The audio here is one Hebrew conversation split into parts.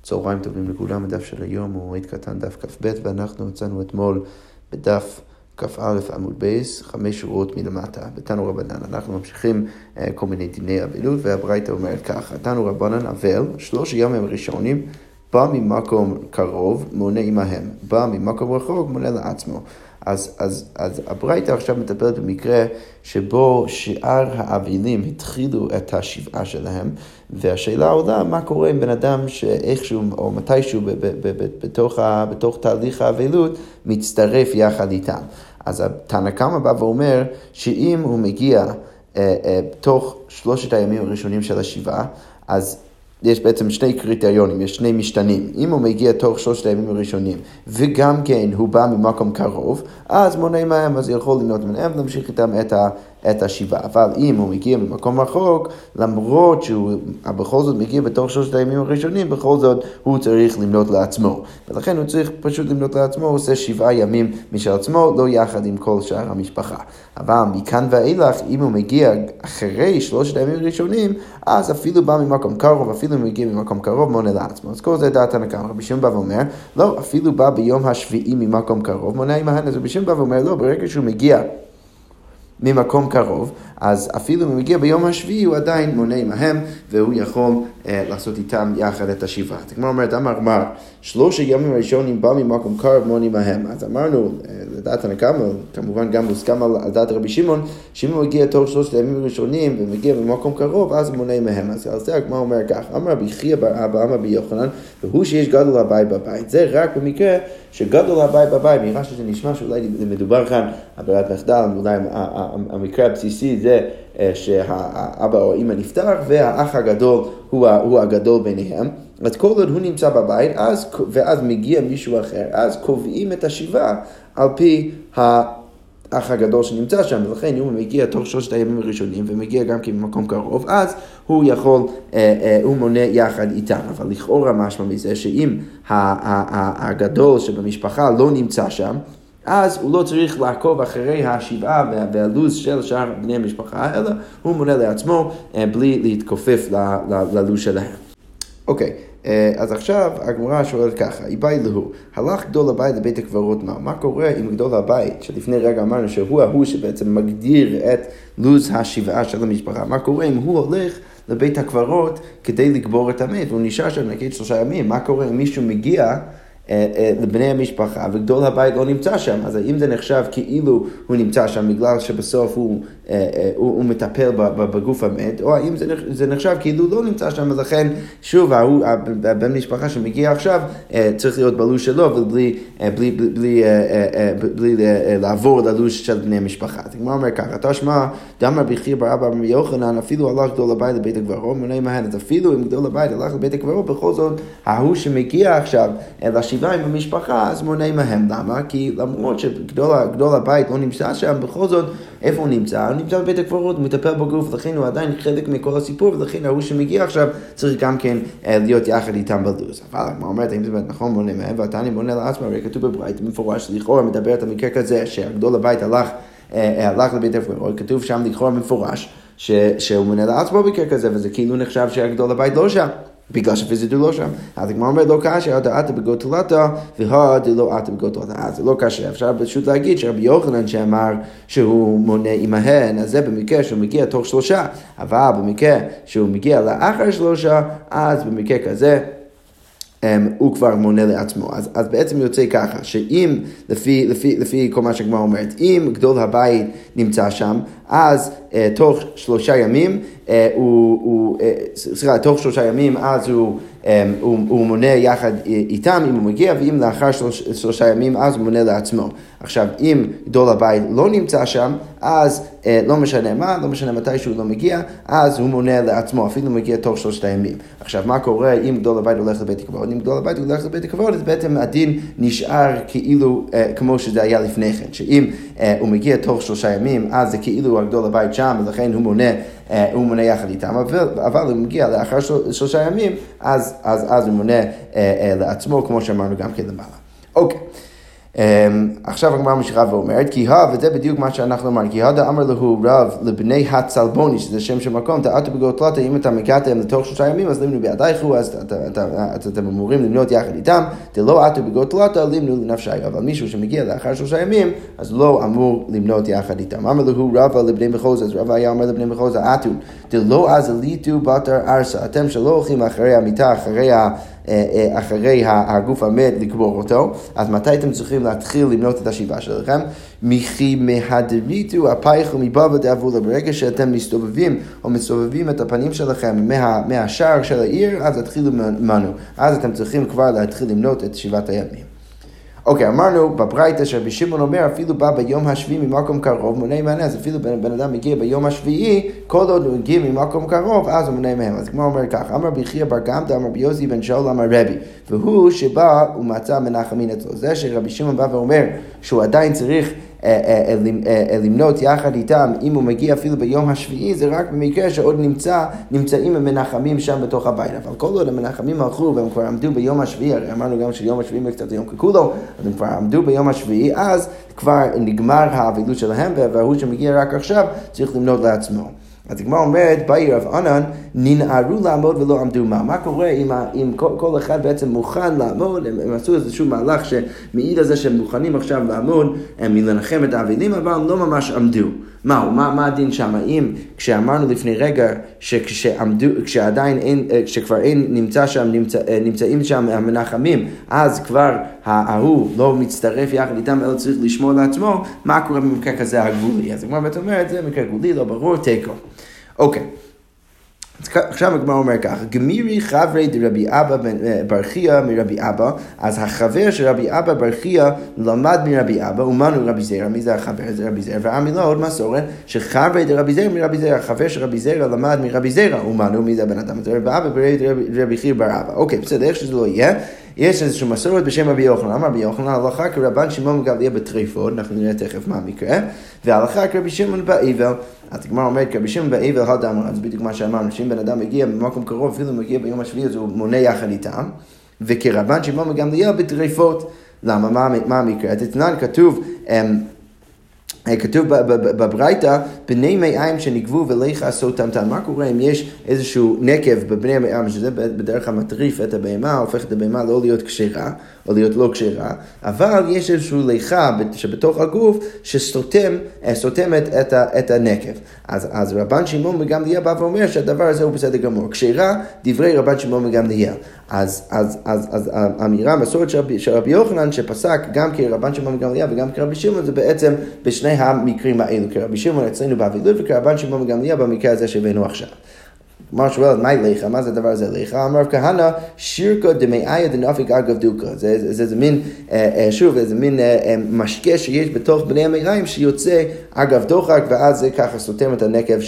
צהריים טובים לכולם. הדף של היום הוא מועד קטן דף כ"ב, ואנחנו יצאנו אתמול בדף כ"א עמוד בייס, 5 שורות מלמטה. בתנו רבנן, אנחנו ממשיכים כל מיני דיני אבלות, והברייתא אומרת ככה: תנו רבנן אבל 3 ימים ראשונים בא ממקום קרוב מונה עמהם, בא ממקום רחוק מונה לעצמו. אז הברייתא עכשיו מטפלת במקרה שבו שאר האבלים התחילו את השבעה שלהם, והשאלה עולה מה קורה עם בן אדם שאיכשהו או מתישהו בתוך תהליך האבלות מצטרף יחד איתם. אז תנא קמא בא ואומר שאם הוא מגיע תוך 3 הימים הראשונים של השבעה, אז יש בעצם 2 קריטריונים, יש 2 משתנים. אם הוא מגיע תוך 3 הימים הראשונים, וגם כן הוא בא ממקום קרוב, אז מונה מהם, אז יכול למנות מהם, להמשיך איתם את השבעה. אבל אם הוא מגיע ממקום רחוק, למרות שהוא בכל זאת מגיע בתוך 3 הימים הראשונים, בכל זאת הוא צריך למנות לעצמו. ולכן הוא צריך פשוט למנות לעצמו, הוא עושה 7 ימים משל עצמו, לא יחד עם כל שאר המשפחה. אבל מכאן ואילך, אם הוא מגיע אחרי 3 הימים הראשונים, אז אפילו בא ממקום קרוב, אפילו הוא מגיע ממקום קרוב, מונה לעצמו. אז כל זה דעת תנא קמא. רבי שמעון בא ואומר, לא, אפילו בא ביום השביעי ממקום קרוב, מונה עמהם. אז רבי שמעון בא ואומר, לא, ברגע שהוא מגיע ממקום קרוב, אז אפילו אם הוא מגיע ביום השביעי, הוא עדיין מונה עמהם, והוא יכול לעשות איתם יחד את השבעה. הגמרא אומרת, אמר 3 ימים ראשונים בא ממקום קרוב מונה עמהם. אז אמרנו, לדעת תנא קמא, כמובן גם מוסכם על דעת רבי שמעון, שאם הוא מגיע תוך 3 הימים ראשונים ומגיע ממקום קרוב, אז הוא מונה עמהם. אז על זה הגמרא אומר כך: אמר רבי חייא בר אבא אמר רבי יוחנן, והוא שיש גדול הבית בבית. זה רק במקרה שגדול הבית בבית. נראה שזה נשמע שאולי מדובר כאן על ברירת מחדל, אולי המקרה הבסיסי זה שהאבא או האמא נפטר, והאח הגדול הוא הגדול ביניהם. אז כל עוד הוא נמצא בבית, ואז מגיע מישהו אחר, אז קובעים את השבעה על פי האח הגדול שנמצא שם. ולכן אם הוא מגיע תוך 3 הימים הראשונים, ומגיע גם כי במקום קרוב, אז הוא יכול, הוא מונה יחד איתם. אבל לכאורה משמע מזה שאם הגדול שבמשפחה לא נמצא שם, אז הוא לא צריך לעקוב אחרי השבעה והלוז של שאר בני המשפחה, אלא הוא מונה לעצמו בלי להתכופף ללוז שלהם. אוקיי, אז עכשיו הגמרא שואלת ככה: איבאי להו, הלך גדול הבית לבית הקברות, מה קורה עם גדול הבית שלפני רגע אמרנו שהוא שבעצם מגדיר את לוז השבעה של המשפחה? מה קורה אם הוא הולך לבית הקברות כדי לקבור את המת והוא נשאר שם נגיד 3 ימים? מה קורה אם מישהו מגיע לבני המשפחה וגדול הבית לא נמצא שם? אז האם זה נחשב כאילו הוא נמצא שם בגלל שבסוף הוא מטפל בגוף המת, או האם זה נחשב כאילו לא נמצא שם, אז לכן שוב הבן משפחה שמגיע עכשיו צריך להיות בלו"ז שלו ובלי לעבור ללו"ז של בני המשפחה. אז כמו אומר ככה: תשמע דאמר רבי חייא בר אבא אמר רבי יוחנן, אפילו הלך גדול הבית לבית הקברות מונה עמהם. אז אפילו אם גדול הבית הלך לבית הקברות, בכל זאת ההוא שמגיע עכשיו לשבעה עם המשפחה, אז מונה עמהם. למה? כי למרות שגדול הבית לא נמצא שם, בכל זאת איפה הוא נמצא? הוא נמצא בבית הקברות, הוא מטפל בגוף, לכן הוא עדיין חלק מכל הסיפור, ולכן ההוא שמגיע עכשיו צריך גם כן להיות יחד איתם בלוז. אבל מה אומרת, האם זה באמת נכון מונה מהם? והתניא מונה לעצמו, הרי כתוב בברייתא במפורש, לכאורה מדברת על מקרה כזה שהגדול הבית הלך לבית הקברות, כתוב שם לכאורה במפורש שהוא מונה לעצמו מקרה כזה, וזה כאילו נחשב שהגדול הבית לא שם, בגלל שפיזית הוא לא שם. אז הגמרא אומרת, לא קשה, אתה בגותלתה, והדלא אתה בגותלתה. אז זה לא קשה. אפשר פשוט להגיד שרבי יוחנן שאמר שהוא מונה עמהם, אז זה במקרה שהוא מגיע תוך 3, אבל במקרה שהוא מגיע לאחר 3, אז במקרה כזה הוא כבר מונה לעצמו. אז בעצם יוצא ככה, שאם לפי כל מה שהגמרא אומרת, אם גדול הבית נמצא שם, אז תוך 3 ימים, תוך 3 ימים, אז הוא מונה יחד איתם אם הוא מגיע, ואם לאחר 3 ימים, אז הוא מונה לעצמו. עכשיו, אם גדול הבית לא נמצא שם, אז לא משנה מה, לא משנה מתי שהוא לא מגיע, אז הוא מונה לעצמו, אפילו מגיע תוך 3 ימים. עכשיו, מה קורה אם גדול הבית הולך לבית הקברות? אם גדול הבית הולך לבית הקברות, אז בעצם הדין נשאר כאילו כמו שזה היה לפני כן, שאם הוא מגיע תוך 3 ימים, אז זה כאילו הגדול הבית שם, ולכן הוא מונה יחד איתם, אבל הוא מגיע לאחר 3 ימים, אז הוא מונה לעצמו, כמו שאמרנו גם כן למעלה. אוקיי. עכשיו הגמרא ממשיכה ואומרת, וזה בדיוק מה שאנחנו אומרים, כי הדה אמר לו רב לבני הצלבוני, שזה שם של מקום, תעתו בגאותלתה, אם אתה מגעתם לתוך 3 ימים, אז לימנו בידייכו, אז אתם אמורים למנות יחד איתם, דלא עתו בגאותלתה, לימנו לנפשי, אבל מישהו שמגיע לאחר 3 ימים, אז לא אמור למנות יחד איתם. אמר לו רב לבני מחוזה, אז רב היה אומר לבני מחוזה, עתו, דלא אז אליתו בתר ארסה, אתם שלא הולכים אחרי המיטה, אחרי הגוף המת לקבור אותו, אז מתי אתם צריכים להתחיל למנות את השבעה שלכם? מכי מהדריתו הפייכו מבבא דאבולה, ברגע שאתם מסתובבים או מסובבים את הפנים שלכם מהשער של העיר, אז תתחילו מנו, אז אתם צריכים כבר להתחיל למנות את 7 הימים. אוקיי, אמרנו בברייתא שרבי שמעון אומר, אפילו בא ביום השביעי ממקום קרוב, מונה מענה, אז אפילו בן אדם מגיע ביום השביעי, כל עוד הוא הגיע ממקום קרוב, אז הוא מונה מהם. אז כמו אומר כך, אמר בחייא בר גמדא, אמר ביוזי בן שאול, אמר רבי, והוא שבא ומצא מנחמין אצלו. זה שרבי שמעון בא ואומר שהוא עדיין צריך למנות יחד איתם, אם הוא מגיע אפילו ביום השביעי, זה רק במקרה שעוד נמצאים המנחמים שם בתוך הבית. אבל כל עוד המנחמים הלכו והם כבר עמדו ביום השביעי, הרי אמרנו גם שיום השביעי מקצת יום ככולו, אז הם כבר עמדו ביום השביעי, אז כבר נגמר האבילות שלהם, והוא שמגיע רק עכשיו צריך למנות לעצמו. אז הגמרא אומרת, באי רב ענן, ננערו לעמוד ולא עמדו מה. מה קורה אם כל אחד בעצם מוכן לעמוד, הם עשו איזשהו מהלך שמעיד על זה שהם מוכנים עכשיו לעמוד, מלנחם את האבלים, אבל הם לא ממש עמדו. מה הדין שם? האם כשאמרנו לפני רגע כשכבר נמצאים שם המנחמים, אז כבר ההוא לא מצטרף יחד איתם, אלא צריך לשמור לעצמו, מה קורה במקרה כזה הגבולי? אז הגמרא אומרת, זה מקרה גבולי, לא ברור, תיקו. אוקיי. עכשיו הגמרא אומר כך, גמירי חברי דרבי אבא בר חייא מרבי אבא, אז החבר של רבי אבא בר חייא למד מרבי אבא, ומנו רבי זרע, מי זה החבר? זה רבי זרע, ועמי לו עוד מסורת, שחברי דרבי זרע מרבי זרע, החבר של רבי זרע למד מרבי זרע, ומנו מי זה הבן אדם? זה רבי אבא ברבי חייא בר אבא. אוקיי, בסדר, איך שזה לא יהיה, יש איזושהי מסורת בשם רבי יוחנן, אמר רבי יוחנן, הלכה כרבן שמעון גמליאל בטריפות, אנחנו נראה תכף מה המקרה, והלכה כרבי שמעון באיבל, אז הגמרא אומרת, כרבי שמעון באיבל הלכה, אז בדיוק מה שאמרנו, שאם בן אדם מגיע במקום קרוב, אפילו מגיע ביום השביעי, אז הוא מונה יחד איתם, וכרבן שמעון גמליאל בטריפות. למה? מה המקרה? תתנן כתוב בברייתא, בני מעיים שנגבו ולך עשו טמטם. מה קורה אם יש איזשהו נקב בבני מעיים, שזה בדרך כלל מטריף את הבהמה, הופך את הבהמה לא להיות כשרה, או להיות לא כשרה, אבל יש איזשהו ליכה שבתוך הגוף שסותמת את הנקב. אז רבן שמעון בגמליאל בא ואומר שהדבר הזה הוא בסדר גמור. כשרה, דברי רבן שמעון בגמליאל. אז האמירה, המסורת של רבי יוחנן שפסק גם כרבן שמעון בגמליאל וגם כרבי שמעון, זה בעצם בשני המקרים האלו, כרבי שמעון אצלנו באבילות וכרבן שמעון בגמליאל במקרה הזה שהבאנו עכשיו. אמר שואל, מה ליכה? מה זה הדבר הזה ליכה? אמר כהנא, שירקו דמאיה דנפיק אגב דוקה. זה מין, שוב, זה מין משקה שיש בתוך בני המעיים שיוצא אגב דוחק, ואז זה ככה סותם את הנקב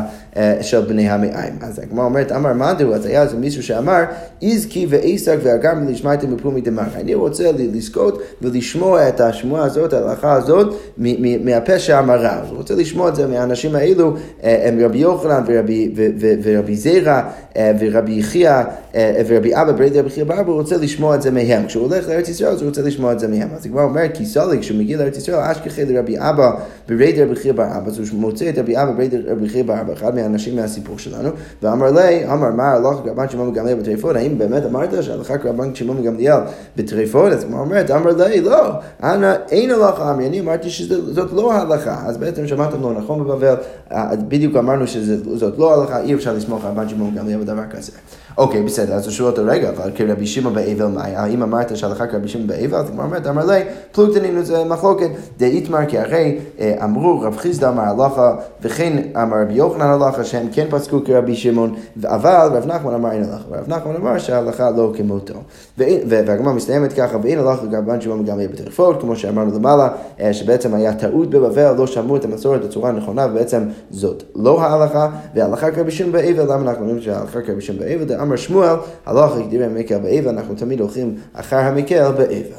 של בני המעיים. אז הגמרא אומרת, אמר מאנדו, אז היה זה מישהו שאמר, איזקי ואיסק והגר מלשמעתם מפומי דמר. אני רוצה לזכות ולשמוע את השמועה הזאת, ההלכה הזאת, מהפה שאמרה. הוא רוצה לשמוע את זה מהאנשים האלו, רבי יוחנן ורבי זרע ורבי יחיא ורבי אבא בריידי רבי חייא בר אבא, הוא רוצה לשמוע את זה מהם. כשהוא הולך לארץ ישראל, הוא רוצה לשמוע את זה מהם. אז הגמרא אומרת, כי סולי, כשהוא מגיע לארץ ישראל, אשכחי לרבי אבא בריידי רבי חייא בר אבא, אז הוא מוצא את רבי אבא בריידי רבי חייא בר אבא, אחד מהאנשים מהסיפור שלנו, ואמר לי, מה הלכה כרבן שמעון בגמליאל בטריפות? האם באמת אמרת שהלכה כרבן שמעון בגמליאל בטריפות? אז הגמרא אומרת, אמר לי, לא, אין הלכה, אני אמרתי שזאת לא ההלכה. אז בעצם שמעתם לא נכון בבבל, בדיוק אמרנו שזאת לא ההלכה, אי אפשר לסמוך רבן שמעון בגמליאל בדבר כזה. אוקיי, בסדר, אז הוא שואל אותו רגע, אבל כרבי שמעון באיבל מה? האם אמרת שהלכה כרבי שמעון באיבל? אז הגמרא אומרת, אמר לי, פלוגתנינו זה מחלוקת, דאיתמר, כי הרי אמרו רב חיסדא אמר הלכה, וכן אמר רבי יוחנן הלכה, שהם כן פסקו כרבי שמעון, אבל רב נחמן אמר אין הלכה, ורב נחמן אמר שההלכה לא כמותו. והגמרא מסתיימת ככה, ואין הלכה כרבן שמעון בגמליאל בטריפות, כמו שאמרנו למעלה, שבעצם היה טעות בבבל, לא שמעו את המסורת בצורה נכונה, ובעצם זאת לא ההלכה, וההלכה כרבי שמעון באיבל, למה אנחנו אומרים שההלכה כרבי שמעון באיבל? אמר שמואל, הלכה כדברי המקל באיבל, אנחנו תמיד הולכים אחר המקל באיבל.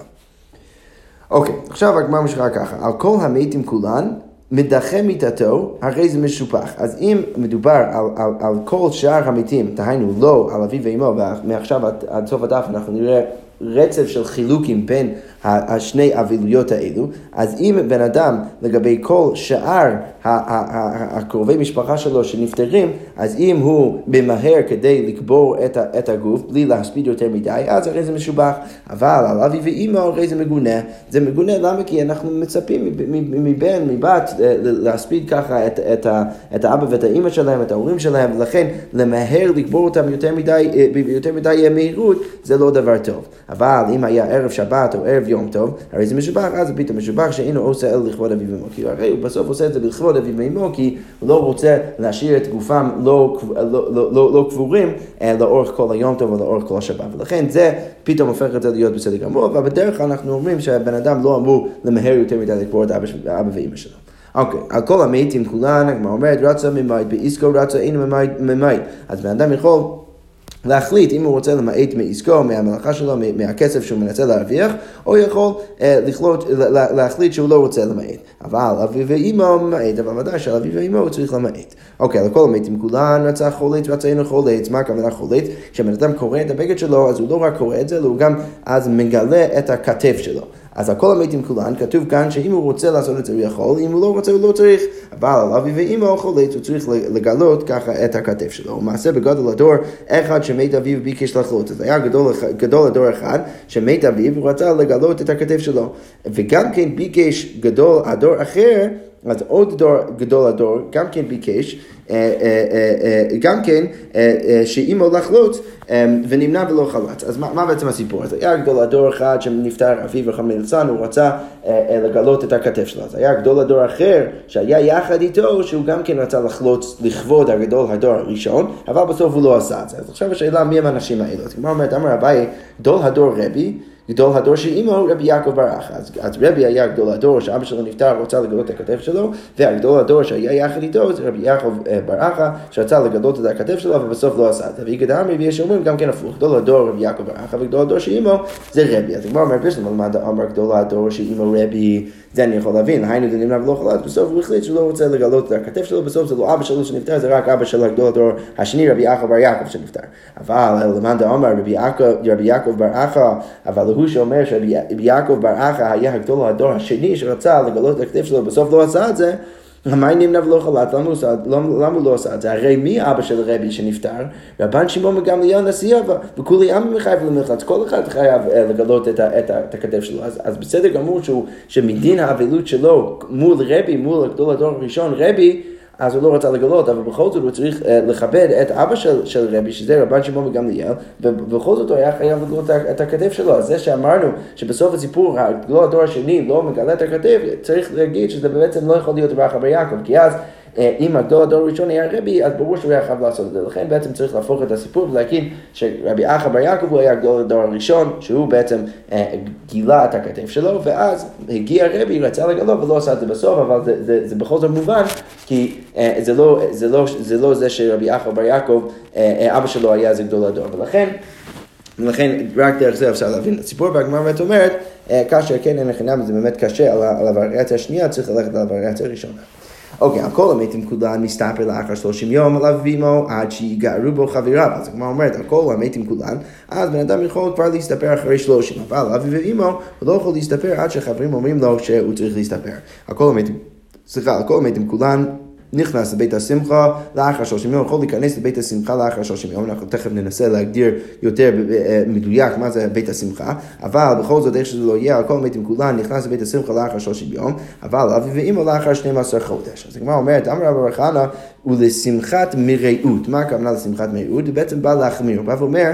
אוקיי, עכשיו הגמרא ממשיכה ככה, על כל המתים כולן, מדחה מיתתו, הרי זה משופח. אז אם מדובר על כל שאר המתים, תהיינו לא על אביו ואמו, ומעכשיו עד סוף הדף אנחנו נראה רצף של חילוקים בין השני אבילויות האלו, אז אם בן אדם לגבי כל שאר הקרובי משפחה שלו שנפטרים, אז אם הוא במהר כדי לקבור את הגוף בלי להספיד יותר מדי, אז הרי זה משובח. אבל על אבי ואמא הרי זה מגונה. זה מגונה למה? כי אנחנו מצפים מבן, מבת, להספיד ככה את האבא ואת האמא שלהם, את ההורים שלהם, ולכן למהר לקבור אותם יותר מדי מהירות, זה לא דבר טוב. אבל אם היה ערב שבת או ערב יום טוב, הרי זה משובח, אז זה פתאום משובח שאינו עושה אלא לכבוד אביו ואמו. כי הרי הוא בסוף עושה את זה לכבוד אביו ואמו, כי הוא לא רוצה להשאיר את גופם לא קבורים לאורך כל היום טוב או לאורך כל השבת. ולכן זה פתאום הופך את זה להיות בסדר גמור, אבל בדרך כלל אנחנו אומרים שהבן אדם לא אמור למהר יותר מדי לקבור את אבא ואמא שלו. אוקיי, על כל המתים כולן, הגמרא אומרת, רצה ממית, בעסקו רצה אינו ממית. אז בן אדם יכול להחליט אם הוא רוצה למעט מעסקו, מהמלאכה שלו, מהכסף שהוא מנסה להרוויח, או יכול להחליט שהוא לא רוצה למעט. אבל אביו ואמא ממעט, אבל ודאי שעל אביו ואמא הוא צריך למעט. אוקיי, על כל המתים כולן, רצה חולץ, רצה אינו חולץ. מה הכוונה חולץ? כשבן אדם קורא את הבגד שלו, אז הוא לא רק קורא את זה, הוא גם אז מגלה את הכתף שלו. אז על כל המתים כולן כתוב כאן שאם הוא רוצה לעשות את זה הוא יכול, אם הוא לא רוצה הוא לא צריך. אבל על אביו ואמא הוא חולץ, הוא צריך לגלות ככה את הכתף שלו. ומעשה בגדול הדור אחד שמת אביו ביקש לחלוץ. אז היה גדול הדור אחד שמת אביו ורצה לגלות את הכתף שלו. וגם כן ביקש גדול הדור אחר, אז עוד גדול הדור גם כן ביקש, גם כן שאימו לחלוץ ונמנע ולא חלץ. אז מה בעצם הסיפור? אז היה גדול הדור אחד שנפטר אביו וחמלצן, הוא רצה לגלות את הכתף שלו. אז היה גדול הדור אחר שהיה יחד איתו, שהוא גם כן רצה לחלוץ לכבוד הגדול הדור הראשון, אבל בסוף הוא לא עשה את זה. אז עכשיו השאלה מי הם האנשים האלו? אז כמו אומרת, אמר אביי, גדול הדור רבי, גדול הדור שאימו רבי יעקב בר אחא. אז רבי היה גדול הדור שאבא שלו נפטר, רוצה לגלות את הכתף שלו, והגדול הדור שהיה יחד איתו זה רבי יעקב בר אחא, שרצה לגלות את הכתף שלו ובסוף לא עשה את זה. והגדה רבי יש אומרים גם כן הפוך, גדול הדור רבי יעקב בר אחא וגדול הדור שאימו זה רבי. אז כבר אומר בשלום, על מה אמר גדול הדור שאימו רבי, זה אני יכול להבין, היינו דנמנע ולא חלץ, בסוף הוא החליט שהוא לא רוצה לגלות את הכתף שלו, בסוף זה לא אבא שלו שנפטר, זה רק אבא של הגדול הדור השני, רבי יעקב בר יעקב שנפטר. אבל למען דאמר רבי יעקב בר אחא, אבל הוא שאומר שרבי יעקב בר אחא היה הגדול הדור השני שרצה לגלות את הכתף שלו, בסוף לא עשה את זה, מה נמנע ולא חלץ? למה הוא לא עשה את זה? הרי מי אבא של רבי שנפטר? רבן שמעון גמליאל נשיא אבא, וכולי עמי מחייב למחלץ, כל אחד חייב לגלות את הכתף שלו. אז בסדר גמור שמדין האבלות שלו מול רבי, מול הגדול הדור הראשון, רבי, אז הוא לא רצה לגלות, אבל בכל זאת הוא צריך לכבד את אבא של רבי, שזה רבן שמעון גמליאל, ובכל זאת הוא היה חייב לגלות את הכתף שלו. אז זה שאמרנו שבסוף הסיפור, הגדול הדור השני לא מגלה את הכתף, צריך להגיד שזה בעצם לא יכול להיות רבי יעקב בר יעקב, כי אז אם הגדול הדור הראשון היה רבי, אז ברור שהוא היה חייב לעשות את זה. לכן בעצם צריך להפוך את הסיפור ולהגיד שרבי יעקב בר יעקב הוא היה הגדול הדור הראשון, שהוא בעצם גילה את הכתף שלו, ואז הגיע רבי, רצה לגלות ולא עשה את זה בסוף, אבל זה בכל זאת מובן, כי זה לא זה שרבי יעקב בר יעקב, אבא שלו היה איזה גדול הדור. ולכן רק דרך זה אפשר להבין את הסיפור, והגמרא באמת אומרת, כאשר כן אין לחינם, זה באמת קשה על הווריאציה השנייה, צריך ללכת על הווריאציה הראשונה. אוקיי, על כל המתים כולן מסתפר לאחר 30 יום על אביו עד שיגערו בו חבריו. אז כמו אומרת, על כל המתים כולן, אז בן אדם יכול כבר להסתפר אחרי 30, אבל על אביו ואימו הוא לא יכול להסתפר עד שחברים אומרים לו שהוא צריך להסתפר. על כל המתים כולן נכנס לבית השמחה לאחר 30 יום, יכול להיכנס לבית השמחה לאחר 30 יום, אנחנו תכף ננסה להגדיר יותר מדויק מה זה בית השמחה, אבל בכל זאת איך שזה לא יהיה, על כל המתים כולן נכנס לבית השמחה לאחר 30 יום, אבל אביו ואמא לאחר 12 חודש. אז הגמרא אומרת, אמר רבי חנא, ולשמחת מרעות. מה הכוונה לשמחת מרעות? הוא בעצם בא להחמיר, הוא בא ואומר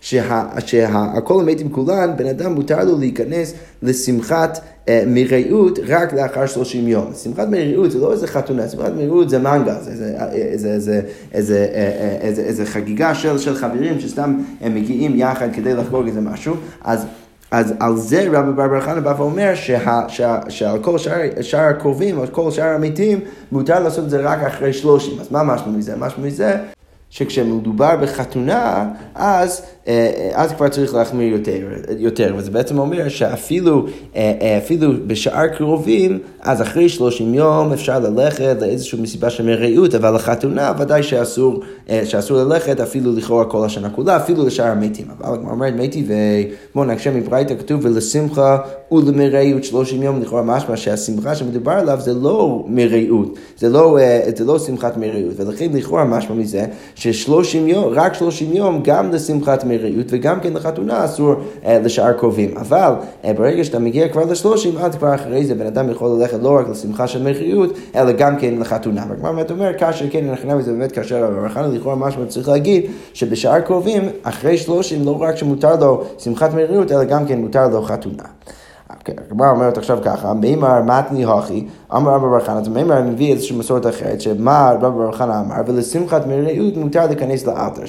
שהכל המתים כולן, בן אדם מותר לו להיכנס לשמחת מרעות רק לאחר 30 יום. שמחת מרעות זה לא איזה חתונה, שמחת מרעות זה מנגה, זה איזה חגיגה של חברים שסתם הם מגיעים יחד כדי לחגוג איזה משהו. אז על זה רבי בר חנא בא ואומר שעל כל שאר הקרובים, על כל שאר המתים, מותר לעשות את זה רק אחרי 30. אז מה משמע מזה? משמע מזה שכשמדובר בחתונה, אז אז כבר צריך להחמיר יותר, וזה בעצם אומר שאפילו בשאר קרובים, אז אחרי 30 יום אפשר ללכת לאיזושהי מסיבה של מרעות, אבל לחתונה ודאי שאסור ללכת אפילו לכאורה כל השנה כולה, אפילו לשאר המתים. אבל כמו אומרת מתי, ובואו נקשה מברייתא כתוב ולשמחה ולמרעות 30 יום, לכאורה משמע שהשמחה שמדובר עליו זה לא מרעות, זה לא שמחת מרעות, ולכן לכאורה משמע מזה ש30 יום, רק 30 יום גם לשמחת מרעות וגם כן לחתונה אסור לשאר קרובים. אבל ברגע שאתה מגיע כבר ל30, עד כבר אחרי זה בן אדם יכול ללכת לא רק לשמחה של מרעות, אלא גם כן לחתונה. וכמו באמת אומר, כאשר כן נכנע וזה באמת כאשר הרחנה לכאורה משמע צריך להגיד שבשאר קרובים, אחרי 30 לא רק שמותר לו שמחת מרעות, אלא גם כן מותר לו חתונה. הגמרא אומרת עכשיו ככה, מימר מתני הכי, אמר רבא בר חנא, מימר מביא איזושהי מסורת אחרת, שמה רבא בר חנא אמר, ולשמחת מרעות מותר להיכנס לאלתר,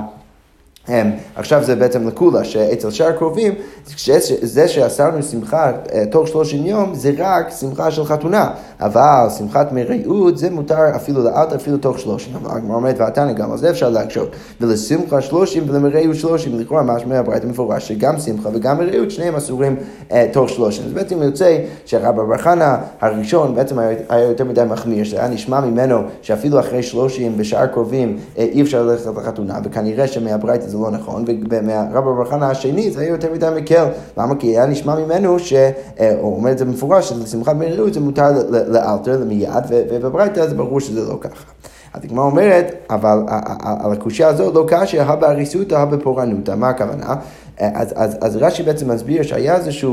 עכשיו זה בעצם לכולה, שאצל שאר קרובים, זה שאסרנו שמחה תוך 30 יום, זה רק שמחה של חתונה, אבל שמחת מרעות זה מותר אפילו לאלתר, אפילו תוך 30. הגמרא אומרת ועתניא גם, אז זה אפשר להקשות. ולשמחה 30 ולמרעות 30, לכאורה משמע הברייתא מפורש, שגם שמחה וגם מרעות, שניהם אסורים תוך 30. אז בעצם יוצא שרבא בר חנא הראשון בעצם היה יותר מדי מחמיר, שהיה נשמע ממנו שאפילו אחרי 30 בשאר קרובים אי אפשר ללכת לחתונה, וכנראה שמהברייתא זה לא נכון, ומהרבא בר חנא השני זה היה יותר מדי מקל. למה? כי היה נשמע ממנו שהוא אומר את זה מפורש, שלשמחת מרעות זה מותר לאלתר, למיד, ובברייתא זה ברור שזה לא ככה. אז הגמרא אומרת, אבל על הקושיה הזאת לא קשיא, הא באריסותא הא בפורענותא. מה הכוונה? אז רש"י בעצם מסביר שהיה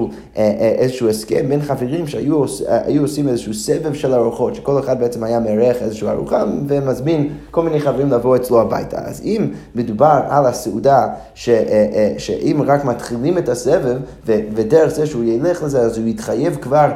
איזשהו הסכם בין חברים שהיו עושים איזשהו סבב של ארוחות, שכל אחד בעצם היה מארח איזשהו ארוחה ומזמין כל מיני חברים לבוא אצלו הביתה. אז אם מדובר על הסעודה שאם רק מתחילים את הסבב ודרך זה שהוא ילך לזה, אז הוא יתחייב כבר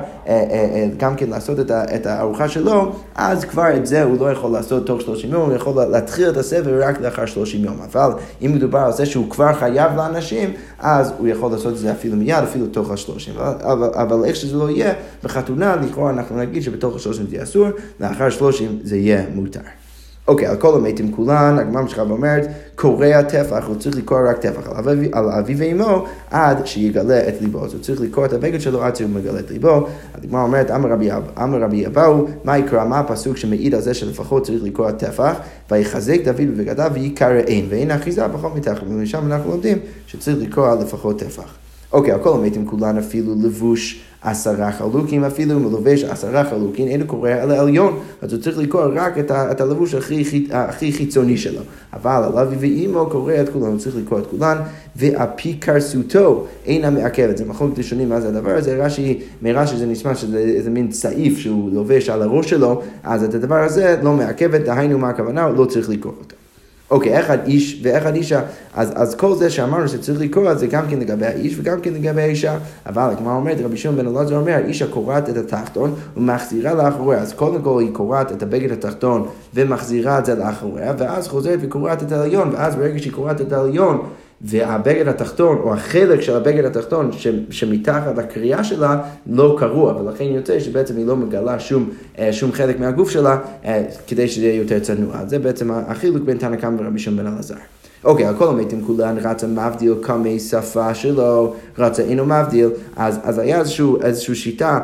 גם כן לעשות את הארוחה שלו, אז כבר את זה הוא לא יכול לעשות תוך 30 יום, הוא יכול להתחיל את הסבב רק לאחר 30 יום. אבל אם מדובר על זה שהוא כבר חייב לאנשים, אז הוא יכול לעשות את זה אפילו מיד, אפילו תוך 30. אבל איך שזה לא יהיה, בחתונה, לכאורה אנחנו נגיד שבתוך 30 זה אסור, לאחר 30 זה יהיה מותר. אוקיי, על כל המתים כולן, הגמרא ממשיכה ואומרת, קורע טפח, הוא צריך לקרוא רק טפח על אביו ואמו, עד שיגלה את ליבו. אז הוא צריך לקרוא את הבגד שלו עד שהוא מגלה את ליבו. הגמרא אומרת, אמר רבי אבאו, מה יקרא, מה הפסוק שמעיד על זה שלפחות צריך לקרוא טפח, ויחזק דוד בבגדיו ויקראין, ואין אחיזה פחות מתחת. ומשם אנחנו לומדים שצריך לקרוא לפחות טפח. אוקיי, על כל המתים כולן אפילו לבוש 10 חלוקים, אפילו מלובש 10 חלוקים, אין הוא קורא על העליון, אז הוא צריך לקרוא רק את הלבוש הכי חיצוני שלו. אבל על אביו ואמו קורא את כולן, הוא צריך לקרוא את כולן, ואפי קרסותו אינה מעכבת. זה מחלוקת ראשונים מה זה הדבר הזה, מרש"י זה נשמע שזה איזה מין צעיף שהוא לובש על הראש שלו, אז את הדבר הזה לא מעכבת, דהיינו מה הכוונה, הוא לא צריך לקרוא אותו. אוקיי, אחד איש ואחד אישה, אז כל זה שאמרנו שצריך לקרוא, זה גם כן לגבי האיש וגם כן לגבי האישה. אבל כמו אומרת, רבי שמעון בן אלעזר אומר, האישה קורעת את התחתון ומחזירה לאחוריה. אז קודם כל היא קורעת את הבגד התחתון ומחזירה את זה לאחוריה, ואז חוזרת וקורעת את העליון, ואז ברגע שהיא קורעת את העליון, והבגד התחתון, או החלק של הבגד התחתון שמתחת לקריאה שלה לא קרוע, ולכן יוצא שבעצם היא לא מגלה שום חלק מהגוף שלה, כדי שזה יהיה יותר צנוע. זה בעצם החילוק בין תנא קמא ורבי שמעון בן אלעזר. אוקיי, על כל המתים כולן רצה מבדיל כמי שפה שלו, רצה אינו מבדיל, אז היה איזושהי שיטה,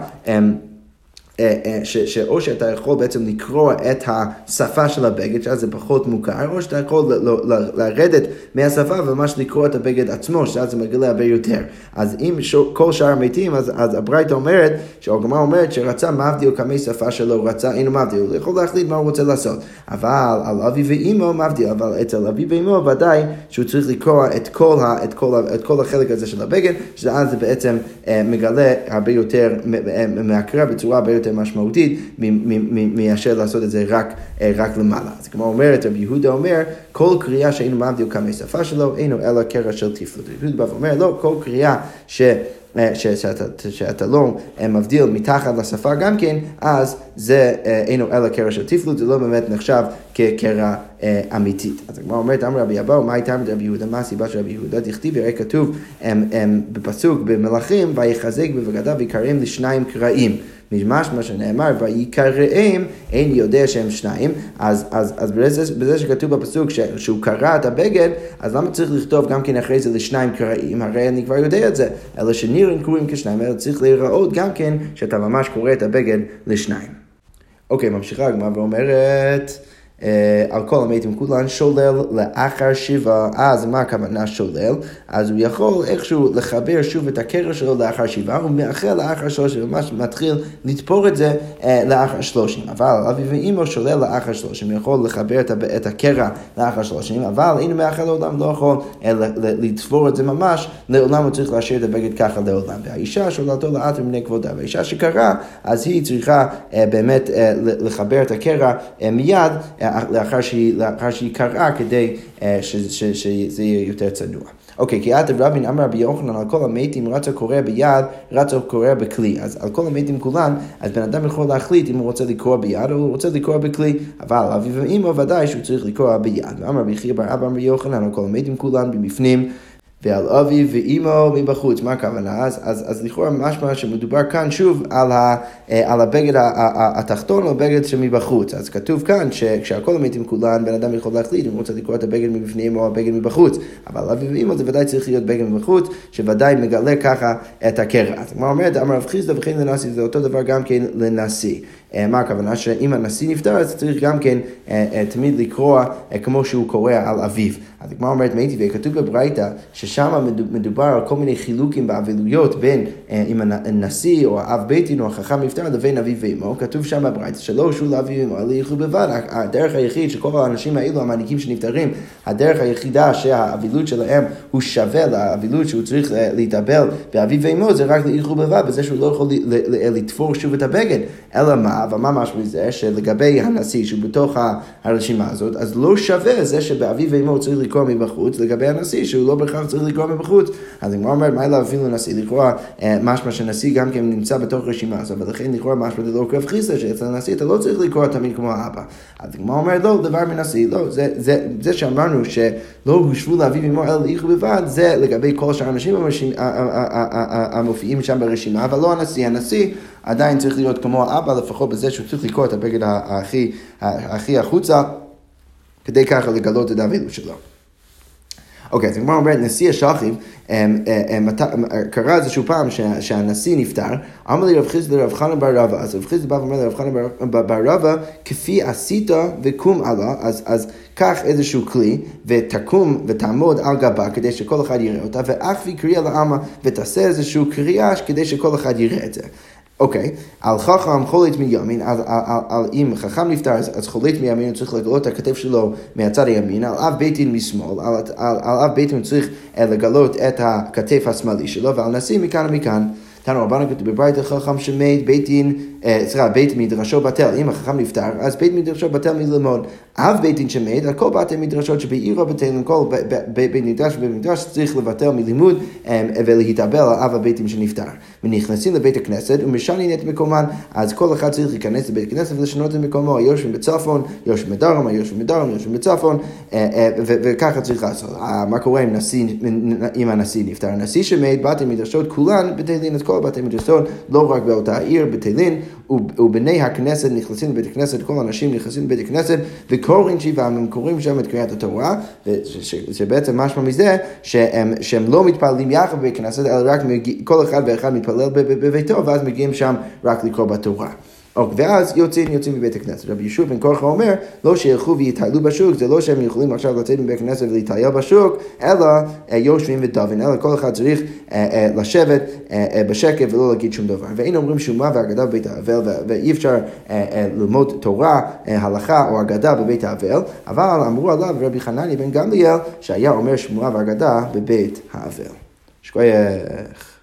שאו שאתה יכול בעצם לקרוא את השפה של הבגד, שאז זה פחות מוכר, או שאתה יכול לרדת מהשפה וממש לקרוא את הבגד עצמו, שאז זה מגלה הרבה יותר. אז אם כל שאר מתים, אז הברייתא אומרת, שהגמרא אומרת שרצה מבדיל כמי שפה שלו, רצה אינו מבדיל, הוא יכול להחליט מה הוא רוצה לעשות. אבל על אביו ואמו מבדיל, אבל אצל אביו ואמו ודאי שהוא צריך לקרוא את כל החלק הזה של הבגד, שאז זה בעצם מגלה הרבה יותר, מהקרא בצורה הרבה יותר משמעותית מאשר לעשות את זה רק למעלה. אז כמו אומרת, רבי יהודה אומר, כל קריאה שאינו מבדיל כמי שפה שלו, אינו אלא קרע של תפלות. רבי יהודה אומר, לא, כל קריאה שאתה לא מבדיל מתחת לשפה גם כן, אז זה אינו אלא קרע של תפלות, זה לא באמת נחשב כקרע אמיתית. אז הגמרא אומרת, אמר רבי אבאו, מה הייתה רבי יהודה? מה הסיבה של רבי יהודה? דכתיב, הרי כתוב בפסוק במלאכים, ויחזק בבגדיו ויקראם לשניים קרעים. משמע שנאמר, ויקראם, אין יודע שהם שניים, אז בזה שכתוב בפסוק שהוא קרא את הבגד, אז למה צריך לכתוב גם כן אחרי זה לשניים קרעים? הרי אני כבר יודע את זה, אלא שנראים קרואים כשניים, אלא צריך להיראות גם כן שאתה ממש קורא את הבגד לשניים. אוקיי, ממשיכה הגמרא ואומרת, על כל המתים כולן שולל לאחר שבעה. אז מה הכוונה שולל? אז הוא יכול איכשהו לחבר שוב את הקרע שלו לאחר שבעה, הוא מאחר לאחר 30, ממש מתחיל לתפור את זה לאחר 30. אבל אבי ואמא שולל לאחר 30, הוא יכול לחבר את הקרע לאחר 30, אבל אם הוא מאחר לעולם לא יכול לתפור את זה ממש לעולם, הוא צריך להשאיר את הבגד ככה לעולם. והאישה שוללתו לאט מפני כבודה, והאישה שקראה, אז היא צריכה באמת לחבר את הקרע מיד לאחר שהיא קראה, כדי שזה יהיה יותר צנוע. אוקיי, כי עתב רבין אמר רבי יוחנן, על כל המתים רצה קורא ביד, רצה קורא בכלי. אז על כל המתים כולן, אז בן אדם יכול להחליט אם הוא רוצה לקרוא ביד או הוא רוצה לקרוא בכלי. אבל אבי ואמא ודאי שהוא צריך לקרוא ביד. ואמר רבי חייא בר אבא אמר יוחנן, על כל המתים כולן מבפנים, ועל אבי ואימו מבחוץ. מה הכוונה? אז לכאורה משמע שמדובר כאן שוב על הבגד התחתון או הבגד שמבחוץ. אז כתוב כאן שכשהכל המתים כולן, בן אדם יכול להחליט אם הוא רוצה לקרוא את הבגד מבפנים או הבגד מבחוץ. אבל אבי ואימו זה ודאי צריך להיות בגד מבחוץ, שוודאי מגלה ככה את הקרע. אז כמו אומרת, אמר רב חיסדא וכן לנשיא, זה אותו דבר גם כן לנשיא. מה הכוונה? שאם הנשיא נפטר, אז צריך גם כן תמיד לקרוא כמו שהוא קורא על אביו. אז כמו אומרת מייטי, וכתוב בברייתא ששם מדובר על כל מיני חילוקים באבלויות בין אם הנשיא או האב בית דין או החכם נפטר לבין אביו ואמו. כתוב שם בברייתא שלא שול לאביו ואמו, אלא ייחוד בלבד. הדרך היחיד שכל האנשים האלו, המעניקים שנפטרים, הדרך היחידה שהאבלות שלהם הוא שווה לאבלות שהוא צריך להתאבל באביו ואמו, זה רק לייחוד בלבד, בזה שהוא לא יכול לתפור שוב את הבגד. אלא מה? ומה משהו מזה? שלגבי הנשיא שהוא בתוך הרשימה הזאת, אז לא שווה זה שבאביו ואמו צריך לקרוא מבחוץ, לגבי הנשיא שהוא לא בכך צריך לקרוא מבחוץ. אז אני אומר, מה אלא אפילו נשיא לקרוא משמע שנשיא גם כן נמצא בתוך רשימה הזאת, ולכן לקרוא משמע זה לא רב חיסדא, שאצל הנשיא אתה לא צריך לקרוא תמיד כמו האבא. אז אני אומר, לא, דבר מנשיא, לא, זה שאמרנו שלא הושבו לאביו ואמו אלא לייחוד בלבד, זה לגבי כל שאר האנשים המופיעים שם ברשימה, אבל לא הנשיא. הנשיא עדיין צריך להיות כמו האבא, לפחות בזה שהוא צריך לקרוא את הבגד הכי החוצה, כדי ככה לגלות את האבלות שלו. אוקיי, אז כמו אומרת, נשיא השלחים, קרה איזשהו פעם שהנשיא נפטר, אמר לי רב חיסדא לרב חנא בר רבא, אז רב חיסדא בא ואומר לרב חנא בר רבא, כפי עשית וקום עלה, אז קח איזשהו כלי, ותקום ותעמוד על גבה, כדי שכל אחד יראה אותה, ואחווי קריאה לעמה, ותעשה איזשהו קריאה, כדי שכל אחד יראה את זה. אוקיי, על חכם חולית מימין, אם חכם נפטר, אז חולית מימין, הוא צריך לגלות את הכתף שלו מהצד הימין, על אב בית דין משמאל, על אב בית דין הוא צריך לגלות את הכתף השמאלי שלו, ועל נשיא מכאן ומכאן. תנו רבנו כתוב בברייתא חכם שמת בית מדרשו בטל. אם החכם נפטר, אז בית מדרשו בטל מללמוד. אב בית דין שמת, על כל בתי מדרשות שבעירו בטל, כל בית מדרש צריך לבטל מלימוד ולהתאבל על אב הבית דין שנפטר. ונכנסים לבית הכנסת ומשנים את מקומן, אז כל אחד צריך להיכנס לבית הכנסת ולשנות את מקומו. יושבים בצפון, יושבים בדרום, יושבים בצפון, וככה צריך לעשות. מה קורה אם הנשיא נפטר? הנשיא שמת, בתי מדרשות כולן בטלין, את כל בתי מדרשות, לא רק באותה העיר, בטלין, ובני הכנסת נכנסים לבית הכנסת, כל האנשים נכנסים לבית הכנסת, וקוראים שבעה, הם קוראים שם את קריאת התורה, שבעצם משמע מזה שהם לא מתפללים יחד בבית הכנסת, אלא רק כל אחד ואחד מתפלל בביתו, ואז מגיעים שם רק לקרוא בתורה. ואז יוצאים מבית הכנסת. רבי ישוע בן קורחה אומר, לא שילכו ויטיילו בשוק, זה לא שהם יכולים עכשיו לצאת מבית הכנסת ולהטייל בשוק, אלא יושבים ודובין, אלא כל אחד צריך לשבת בשקט ולא להגיד שום דבר. ואין אומרים שומה והגדה בבית האבל, ואי אפשר ללמוד תורה, הלכה או הגדה בבית האבל, אבל אמרו עליו רבי חנניה בן גמליאל, שהיה אומר שומה והגדה בבית האבל. שכוייך.